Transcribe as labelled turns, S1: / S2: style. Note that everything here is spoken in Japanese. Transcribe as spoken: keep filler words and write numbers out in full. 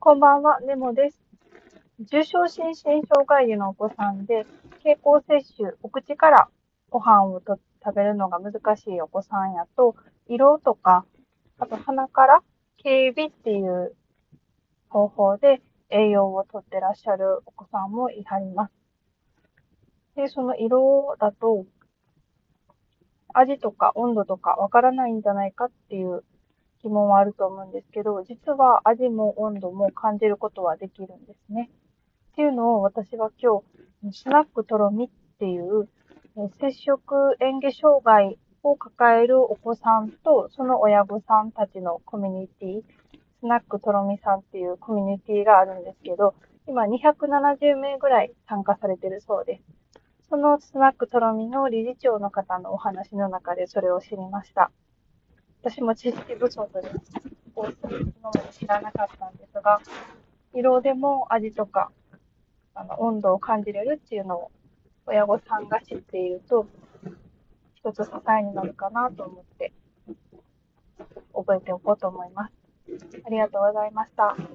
S1: こんばんは、ネモです。重症心身障害児のお子さんで、経口摂取、お口からご飯をと食べるのが難しいお子さんやと、胃ろうとか、あと鼻から経鼻っていう方法で栄養をとってらっしゃるお子さんもいはります。で、その胃ろうだと、味とか温度とかわからないんじゃないかっていう疑問はあると思うんですけど、実は味も温度も感じることはできるんですね。っていうのを私は今日、スナックとろみっていう、摂食嚥下障害を抱えるお子さんとその親御さんたちのコミュニティ、スナックとろみさんっていうコミュニティがあるんですけど、今にひゃくななじゅうめいぐらい参加されているそうです。そのスナックとろみの理事長の方のお話の中でそれを知りました。私も知識不足で、今まで知らなかったんですが、色でも味とかあの温度を感じれるっていうのを親御さんが知っていると一つ支えになるかなと思って覚えておこうと思います。ありがとうございました。